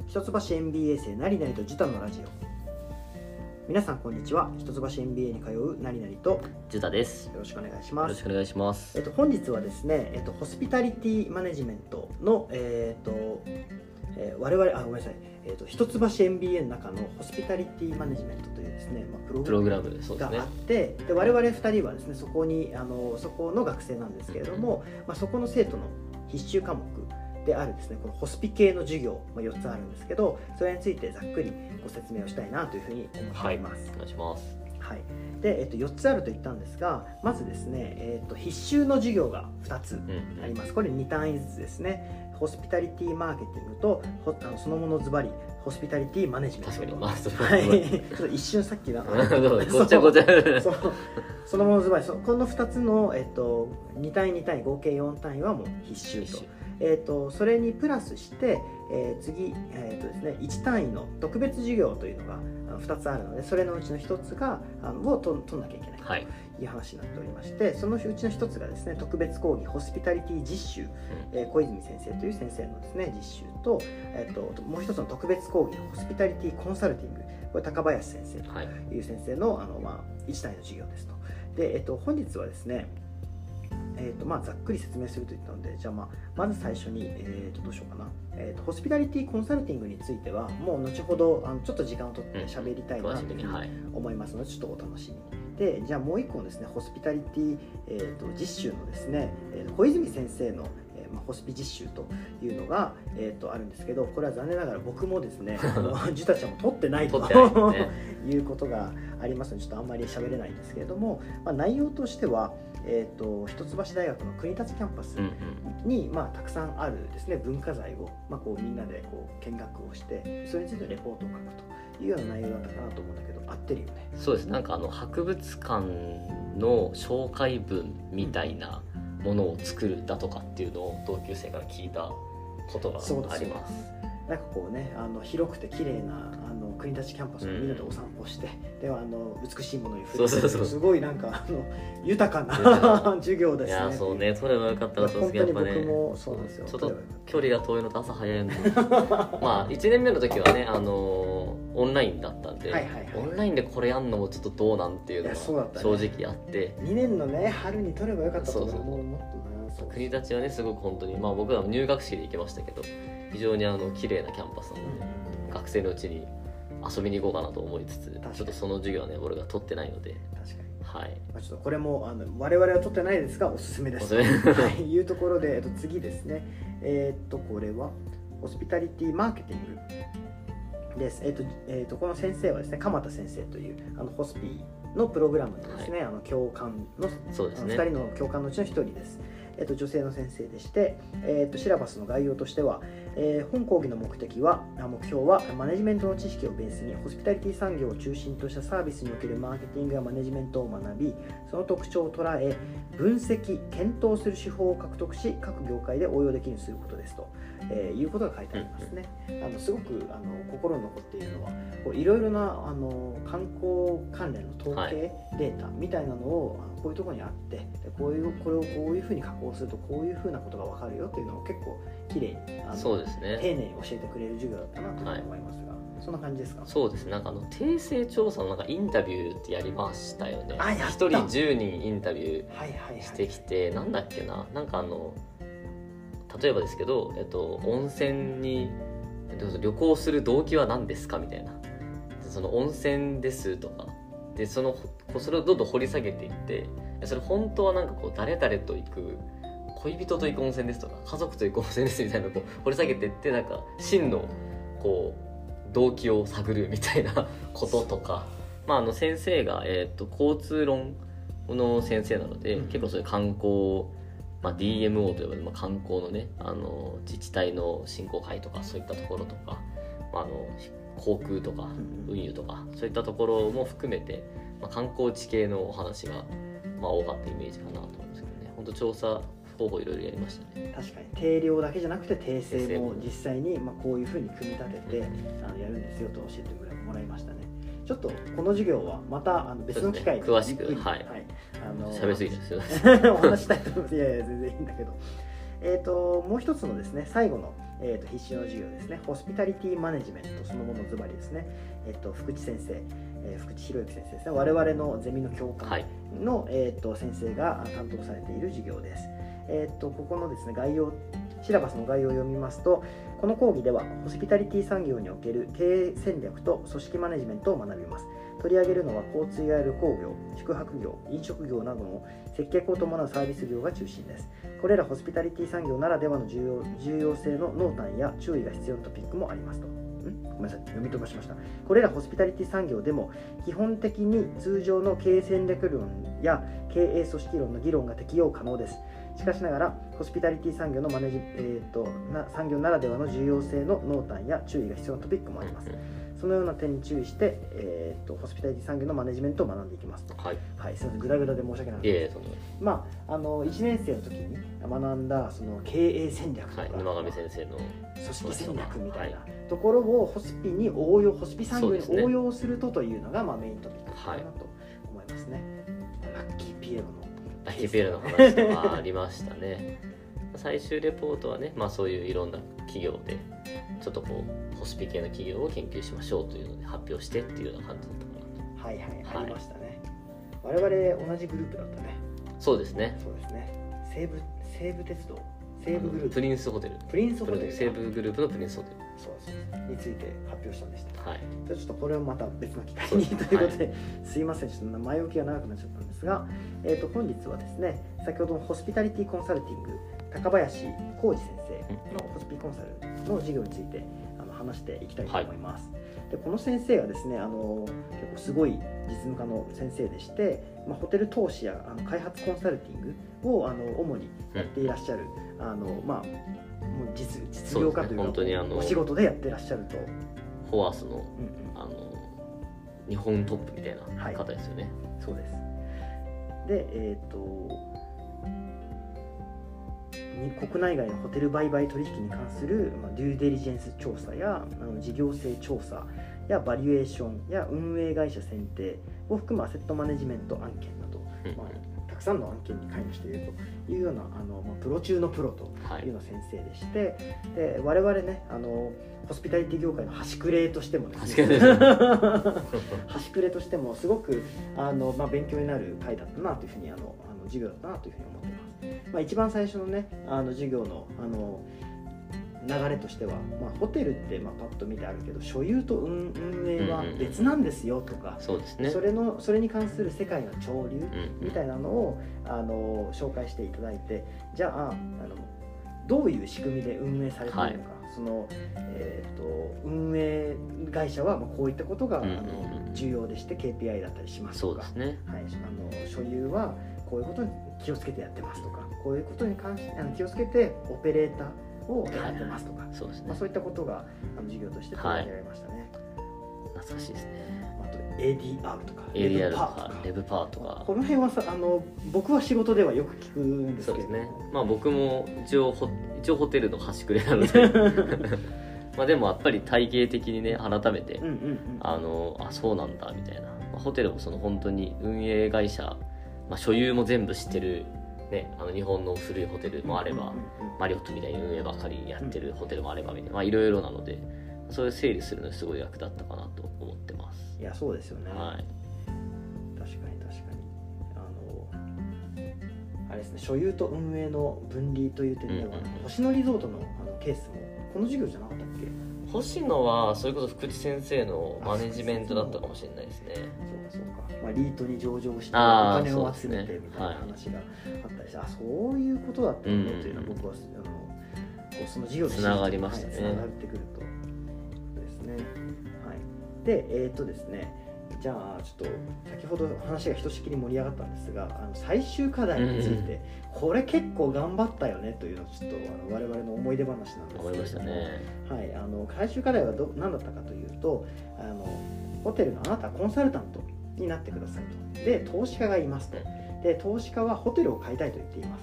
一橋 MBA 生なりなりとジュタのラジオ。皆さんこんにちは。一橋 MBA に通うなりなりとジュタです。 よろしくお願いします。 よろしくお願いします。 本日はですね、ホスピタリティマネジメントの我々ごめんなさい、一橋 MBA の中のホスピタリティマネジメントというですね、プログラムがあって、で我々2人はですねそこの学生なんですけれども、そこの生徒の必修科目であるですねこのホスピ系の授業、4つあるんですけど、それについてざっくりご説明をしたいなというふうに思っています。 お願いします。 はい、で、4つあると言ったんですが、まずですね、必修の授業が2つあります。これ2単位ずつですね。ホスピタリティマーケティングとそのものズバリホスピタリティマネジメント。 確かに、 はい、ちょっと一瞬さっきのごちゃごちゃそのものズバリこの2つの、2単位2単位合計4単位はもう必修と。それにプラスして、次、ですね、1単位の特別授業というのが2つあるので、それのうちの1つを取んなきゃいけないという話になっておりまして、そのうちの1つがですね特別講義ホスピタリティ実習、小泉先生という先生のですね実習と、もう1つの特別講義ホスピタリティコンサルティング、これ高林先生という先生の、1単位の授業ですと。で、本日はですねざっくり説明するといったので、じゃあまず最初に、どうしようかな、ホスピタリティコンサルティングについてはもう後ほどちょっと時間を取って喋りたいなというふうに思いますので、ちょっとお楽しみに。で、じゃあもう一個のですねホスピタリティ、実習のですね小泉先生のホスピ実習というのが、あるんですけど、これは残念ながら僕もですねジュタちゃんも取ってないということがありますので、ちょっとあんまり喋れないんですけれども、内容としては一橋大学の国立キャンパスに、たくさんあるですね文化財を、みんなで見学をして、それについてレポートを書くというような内容だったかなと思うんだけど、合ってるよね。 そうです。なんか博物館の紹介文みたいなものを作るだとかっていうのを同級生から聞いたことがあります。 なんか広くて綺麗な国立キャンパスをみんなでお散歩して、では美しいものに触れて、すごいなんか豊かな授業ですね。 いや、そうね、それはよかったらそうですけど、やっぱね、僕もそうなんですよ。ちょっと距離が遠いのと朝早いの1年目の時はねオンラインだったんで、オンラインでこれやんのもちょっとどうなんっていうのが正直あって、 2年のね春に取ればよかったと思う。もっとな、 国立はねすごく本当に僕らも入学式で行けましたけど、非常に綺麗なキャンパスなので、学生のうちに遊びに行こうかなと思いつつ、ちょっとその授業はね俺が取ってないので、 確かに、 はい、 ちょっとこれも我々は取ってないですがおすすめですというところで、次ですね、これはホスピタリティマーケティングです。この先生はですね鎌田先生というホスピのプログラムのですね、教官の2人の教官のうちの1人です。女性の先生でして、シラバスの概要としては、本講義の目標はマネジメントの知識をベースにホスピタリティ産業を中心としたサービスにおけるマーケティングやマネジメントを学び、その特徴を捉え分析検討する手法を獲得し、各業界で応用できるようにすることですと、いうことが書いてありますね。すごく心に残っているのはいろいろな観光関連の統計データみたいなのをこういうところにあって、これをこういうふうに加工するとこういうふうなことが分かるよっていうのを結構きれいにそうですね、 丁寧に教えてくれる授業だったなと思いますが、そんな感じですか？ そうですね。なんか訂正調査のインタビューってやりましたよね。1人10人インタビューしてきて、なんだっけな、なんか例えばですけど、温泉に旅行する動機は何ですかみたいな、その温泉ですとかで、それをどんどん掘り下げていって、それ本当はなんか誰々と行く、恋人と行く温泉ですとか家族と行く温泉ですみたいなのを掘り下げていって、なんか真の動機を探るみたいなこととか、先生が、交通論の先生なので、結構そういう観光、DMO と呼ばれる、観光のね自治体の振興会とかそういったところとか、航空とか運輸とかそういったところも含めて、観光地系のお話が、多かったイメージかなと思うんですけどね。本当調査方法いろいろやりましたね。 確かに定量だけじゃなくて訂正も実際にこういうふうに組み立ててやるんですよと教えてもらいましたね。ちょっとこの授業はまた別の機会で詳しく、 喋りすぎですよお話したいと思います。いや全然いいんだけど、 もう一つのですね、最後の、必修の授業ですね、ホスピタリティマネジメントそのものズバリですね、福地先生、福地博之先生ですね、我々のゼミの教官の、先生が担当されている授業です。ここのですね、シラバスの概要を読みますと、この講義ではホスピタリティ産業における経営戦略と組織マネジメントを学びます。取り上げるのは交通や旅行業、宿泊業、飲食業などの接客を伴うサービス業が中心です。これらホスピタリティ産業ならではの重要性の濃淡や注意が必要なトピックもありますと。ごめんなさい、読み飛ばしました。これらホスピタリティ産業でも基本的に通常の経営戦略論や経営組織論の議論が適用可能です。しかしながらホスピタリティ産業の産業ならではの重要性の濃淡や注意が必要なトピックもあります。そのような点に注意して、ホスピタリティ産業のマネジメントを学んでいきますと。はい、すみません、グダグダで申し訳ないです。1年生の時に学んだその経営戦略とか、 沼上先生の組織戦略みたいなところをホスピ産業に応用するというのがメイントピックかなと思いますね。ラッキーピエロの話とかありましたね。最終レポートはね、そういういろんな企業でちょっとホスピ系の企業を研究しましょうというので発表してっていうような感じだったかなと。ありましたね。我々同じグループだったね。 そうですね。 西武鉄道、西武グループ、 プリンスホテル、西武グループのプリンスホテルについて発表したんでした。 はい。 ちょっとこれはまた別の機会にということで、すいません、ちょっと前置きが長くなっちゃったんですが、本日はですね、先ほどのホスピタリティコンサルティング高林浩二先生のホスピコンサルの授業について話していきたいと思います。でこの先生はですね、結構すごい実務家の先生でして、ホテル投資や開発コンサルティングを主にやっていらっしゃる、もう実業家というか、 本当にお仕事でやってらっしゃると。 フォアスの、日本トップみたいな方ですよね。 そうです。で、国内外のホテル売買取引に関するデューデリジェンス調査や事業性調査やバリュエーションや運営会社選定を含むアセットマネジメント案件など、たくさんの案件に関与しているというようなプロ中のプロというような先生でして、で我々ね、ホスピタリティ業界の端くれとしてもですね端くれとしてもすごく勉強になる回だったなというふうに授業だったなというふうに思っています。一番最初のね授業の流れとしては、ホテルってパッと見てあるけど所有と運営は別なんですよとか、 そうですね、 それに関する世界の潮流みたいなのを紹介していただいて、じゃあどういう仕組みで運営されているのか、その運営会社はこういったことが重要でして KPI だったりしますとか、 そうですね、 所有はこういうことに気をつけてやってますとか、こういうことに関して気をつけてオペレーターをやってますとか、そういったことが授業として取り上げられましたね。 懐かしいですね。 あと ADR とか ADR とかレブパーとか、 この辺は僕は仕事ではよく聞くんですけど、 そうですね、僕も一応ホテルの端くれなのででもやっぱり体系的にね改めて、そうなんだみたいな、ホテルも本当に運営会社、所有も全部知ってる、ね、日本の古いホテルもあれば、マリオットみたいに運営ばかりやってるホテルもあればみたいな、いろいろなので、それを整理するのにすごい役立ったかなと思ってます。 いや、そうですよね。 はい、 確かにあれですね、所有と運営の分離という点では、星野リゾートのケースもこの授業じゃなかったっけ？ 星野はそれこそ福地先生のマネジメントだったかもしれないですね。 そうか、リートに上場してお金を集めてみたいな話があったりして、そういうことだったんだというのは僕はその授業とつながりましたね。 つながってくるとですね。はい。でですね、じゃあちょっと先ほど話がひとしきり盛り上がったんですが、最終課題について、これ結構頑張ったよねというのをちょっと我々の思い出話なんですけども、 思いましたね。 はい、最終課題は何だったかというと、ホテルのあなたはコンサルタントになってくださいと。で、投資家がいますと。で、投資家はホテルを買いたいと言っています。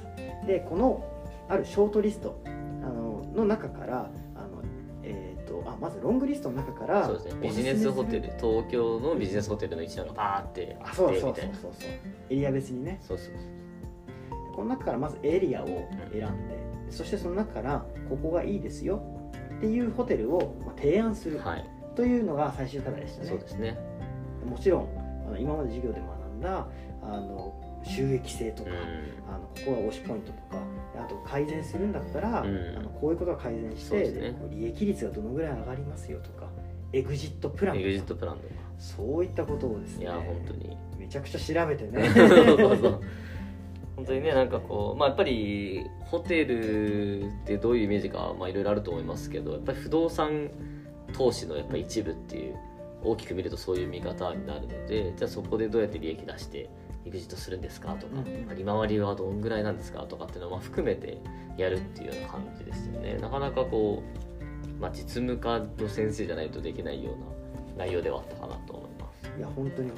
で、このあるショートリストの中からまずロングリストの中から、 そうですね、ビジネスホテル、東京のビジネスホテルの一覧がバーってあってみたいな、 エリア別にね。 この中からまずエリアを選んで、そしてその中からここがいいですよっていうホテルを提案するというのが最終課題でしたね。 そうですね。 もちろん今まで授業で学んだ収益性とか、ここが推しポイントとか、あと改善するんだったら、こういうことが改善して、ね、利益率がどのぐらい上がりますよとか、エグジットプランとか、そういったことをですね、 いや本当にめちゃくちゃ調べてねそう本当にね、なんかこう、やっぱりホテルってどういうイメージかいろいろあると思いますけど、やっぱり不動産投資のやっぱり一部っていう、大きく見るとそういう見方になるので、じゃあそこでどうやって利益出してエグジットするんですかとか、利回りはどんぐらいなんですかとかっていうのを含めてやるっていうような感じですよね。なかなかこう、実務家の先生じゃないとできないような内容ではあったかなと思います。 いや本当に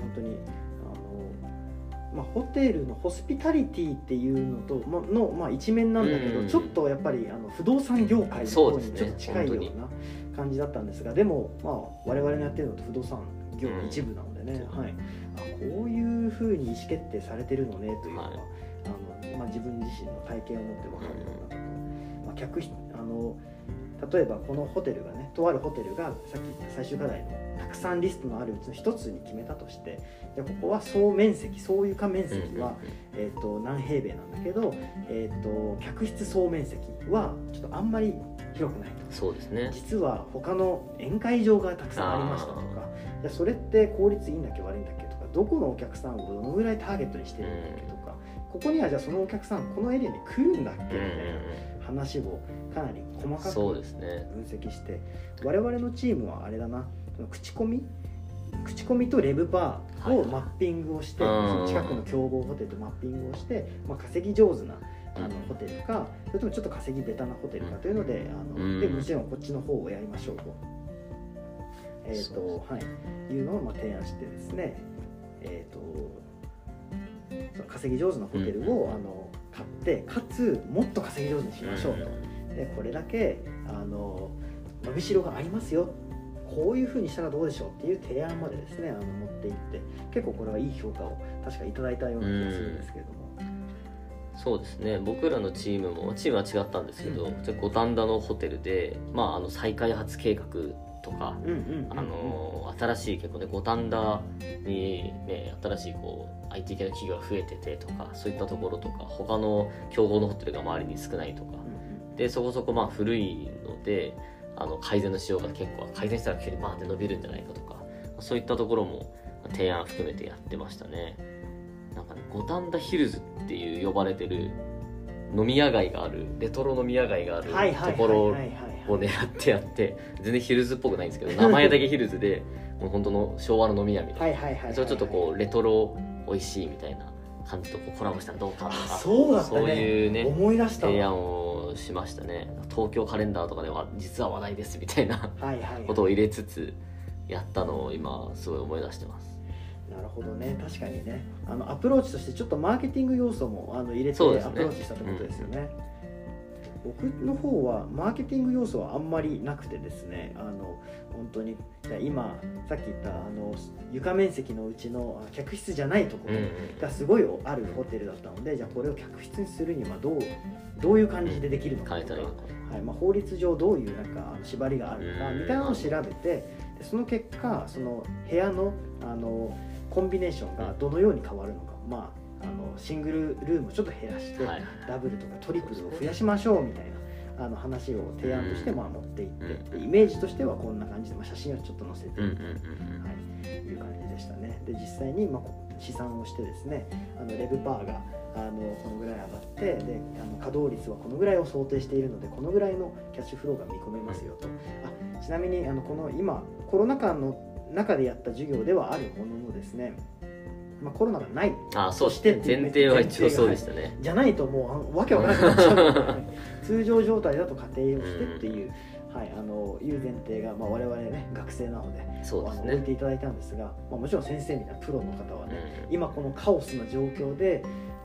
ホテルのホスピタリティっていうのとの、一面なんだけど、ちょっとやっぱり不動産業界の方にちょっと近いような感じだったんですが、でも我々のやってるのと不動産業の一部なのでね、こういうふうに意思決定されてるのねというのは、自分自身の体験を持って分かるようなと、客室例えばこのホテルがね、とあるホテルがさっき言った最終課題のたくさんリストのあるうちの一つに決めたとして、じゃあここは総床面積は、何平米なんだけど、客室総面積はちょっとあんまり広くないと。 そうですね。 実は他の宴会場がたくさんありましたとか、じゃあそれって効率いいんだっけ悪いんだっけとか、どこのお客さんをどのぐらいターゲットにしてるんだっけとか、ここにはじゃあそのお客さんこのエリアに来るんだっけみたいな話をかなり細かく分析して、我々のチームはあれだな、口コミとレブバーをマッピングをして、その近くの競合ホテルとマッピングをして、稼ぎ上手なホテルか、それともちょっと稼ぎベタなホテルかというので、でもちろんこっちの方をやりましょうと、いうのを提案してですね、その稼ぎ上手なホテルを買って、かつもっと稼ぎ上手にしましょうと。でこれだけ伸びしろがありますよ、こういう風にしたらどうでしょうっていう提案までですね持っていって、結構これはいい評価を確かいただいたような気がするんですけれども。 そうですね、僕らのチームは違ったんですけど、五反田のホテルで、再開発計画とか、新しい結構ね、五反田にね、新しいIT 系の企業が増えててとか、そういったところとか、他の競合のホテルが周りに少ないとか、でそこそこ古いので改善のしようが結構、改善したら急にバーンって伸びるんじゃないかとか、そういったところも提案含めてやってましたね。なんかね、五反田ヒルズっていう呼ばれてる飲み屋街がある、レトロ飲み屋街があるところを狙ってやって、全然ヒルズっぽくないんですけど、名前だけヒルズでもう本当の昭和の飲み屋みたいな、それをちょっとレトロ美味しいみたいな感じとコラボしたらどうかとか、そういうね、 思い出した提案をしましたね。東京カレンダーとかでは実は話題ですみたいなことを入れつつやったのを今すごい思い出してます。 なるほどね、確かにね、アプローチとしてちょっとマーケティング要素も入れてアプローチしたってことですよね。僕の方はマーケティング要素はあんまりなくてですね、本当に今さっき言った床面積のうちの客室じゃないところがすごいあるホテルだったので、じゃあこれを客室にするにはどういう感じでできるのかとか、法律上どういう縛りがあるのかみたいなのを調べて、その結果その部屋のコンビネーションがどのように変わるのか、シングルルームをちょっと減らして、ダブルとかトリプルを増やしましょうみたいな話を提案として持っていって、イメージとしてはこんな感じで、写真をちょっと載せていって、いう感じでしたね。で実際に試算をしてですね、レブパーがこのぐらい上がって、で稼働率はこのぐらいを想定しているので、このぐらいのキャッシュフローが見込めますよと。ちなみにこの今コロナ禍の中でやった授業ではあるもののですね、コロナがないとして前提は一応そうでしたね。 じゃないともうわけわからなくなっちゃうので、通常状態だと仮定をしてっていう、いう前提が、我々ね学生なので置いていただいたんですが、もちろん先生みたいなプロの方はね、今このカオスな状況で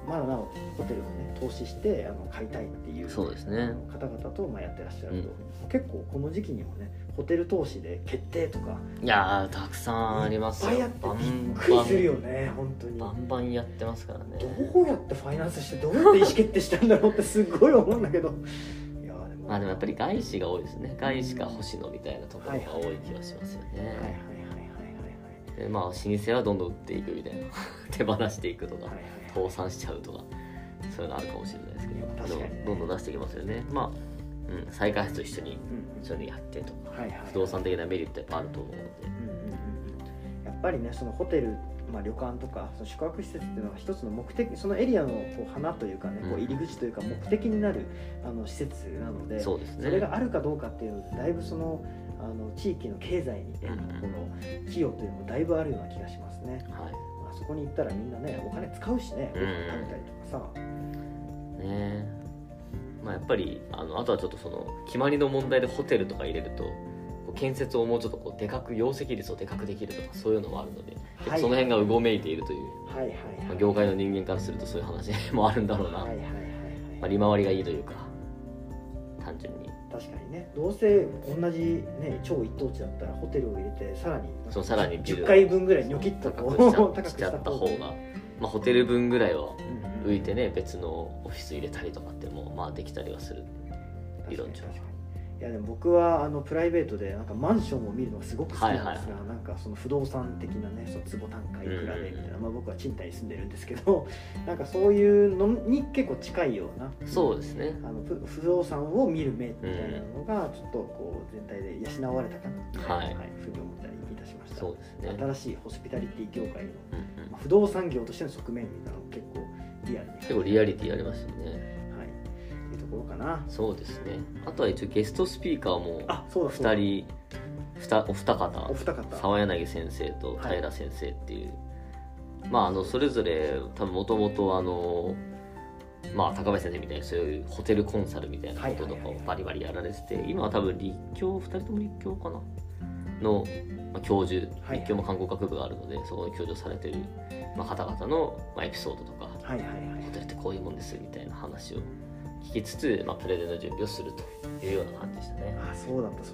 まだなおホテルをね投資して買いたいっていうそうですね方々とやってらっしゃると、結構この時期にもねホテル投資で決定とかいやたくさんありますよ。 いっぱいやってびっくりするよね本当に。 バンバンやってますからね。 どうやってファイナンスしてどうやって意思決定したんだろうってすごい思うんだけどいやでもまあでもやっぱり外資が多いですね。外資か星野みたいなところが多い気がしますよね。 はいはいはいはいはいでまあ老舗はどんどん売っていくみたいな手放していくとか、 はいはい倒産しちゃうとかそういうのあるかもしれないですけど、 確かにねどんどん出していきますよね。まあ、再開発と一緒にそういうのやってとか、 はいはいはい不動産的なメリットやっぱあると思うので、 やっぱりねそのホテル、旅館とかその宿泊施設っていうのは一つの目的、そのエリアのこう花というかね、こう入り口というか目的になる施設なので、 そうですね。 それがあるかどうかっていうのでだいぶその地域の経済にね、この寄与というのもだいぶあるような気がしますね。 はい。 そこに行ったらみんなねお金使うしね、ご飯食べたりとかさ。 ねまあやっぱりあとはちょっとその決まりの問題でホテルとか入れると建設をもうちょっとこうでかく容積率をでかくできるとかそういうのもあるので、はい、その辺がうごめいているという、はいはいはい、業界の人間からするとそういう話もあるんだろうな、利回りがいいというか単純に確かにね、どうせ同じ、ね、超一等地だったらホテルを入れてさらに10回分ぐらいニョキッと高くしちゃった方が、ホテル分ぐらいは浮いてね、別のオフィス入れたりとかってもできたりはする理論上。 いやでも僕はプライベートでなんかマンションを見るのがすごく好きなんですが、なんかその不動産的なね、その坪単価いくらでみたいな、僕は賃貸に住んでるんですけど、なんかそういうのに結構近いような、 そうですね、 不動産を見る目みたいなのがちょっとこう全体で養われたかな、はい、ふうに思ったりいたしました。 そうですね、 新しいホスピタリティ業界の、不動産業としての側面みたいなの結構リアルに、 結構リアリティありますよね。 かな。 そうですね。あとは一応ゲストスピーカーも2人お二方澤柳先生と平先生っていう、それぞれ多分もともと高林先生みたいにそういうホテルコンサルみたいなこととかをバリバリやられてて、今は多分2人とも立教かなの、教授、立教も観光学部があるのでそこに教授されてる、方々の、エピソードとか、ホテルってこういうもんですみたいな話を聞きつつ、プレゼンの準備をするというような感じでしたね。 そうだった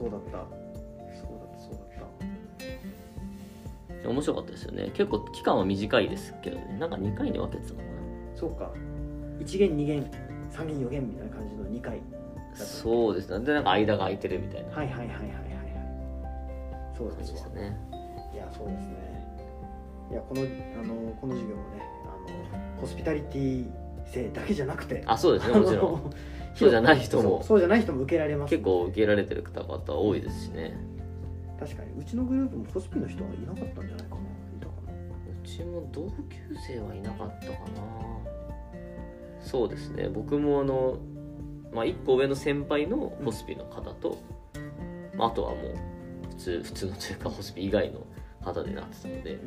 面白かったですよね。結構期間は短いですけどね、なんか2回に分けてたのかな。 そうか、1限2限3限4限みたいな感じの2回だった。 そうですね。でなんか間が空いてるみたいな。 そうですね。いやそうですね。いやこの授業もね、ホスピタリティ生だけじゃなくて、 そうですね、もちろんそうじゃない人も受けられます、 結構受けられてる方々多いですしね。 確かにうちのグループもホスピの人はいなかったんじゃないかな。いたかな。 うちも同級生はいなかったかな。そうですね、僕も1個上の先輩のホスピの方と、あとはもう普通のというかホスピ以外の方でなってたので、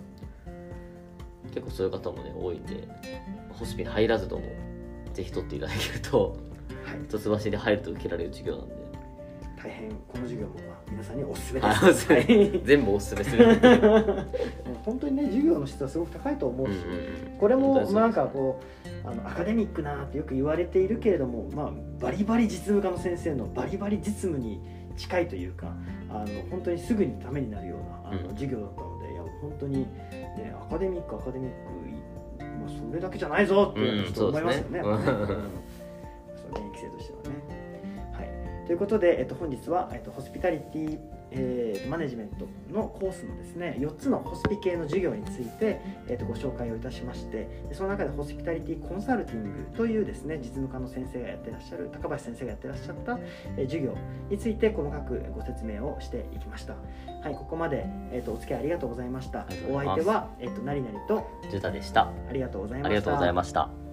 結構そういう方もね多いんで、ホスピに入らずともぜひ取っていただけると、一橋に入ると受けられる授業なんで、 大変この授業も皆さんにおすすめです。 全部おすすめする本当にね、授業の質はすごく高いと思うし、これもなんかこうアカデミックなってよく言われているけれども、バリバリ実務家の先生のバリバリ実務に近いというか、本当にすぐにためになるような授業だったので、いや本当に、ね、アカデミック、それだけじゃないぞってちょっと思いますよね。現役生としてはね。ということで、本日は、ホスピタリティ、マネジメントのコースのですね、4つのホスピ系の授業について、ご紹介をいたしまして、その中でホスピタリティコンサルティングというですね、実務家の先生がやってらっしゃる、高橋先生がやってらっしゃった、授業について細かくご説明をしていきました。はい、ここまで、お付き合いありがとうございました。お相手は、なりなりとジュタでした。 ありがとうございました。 ありがとうございました。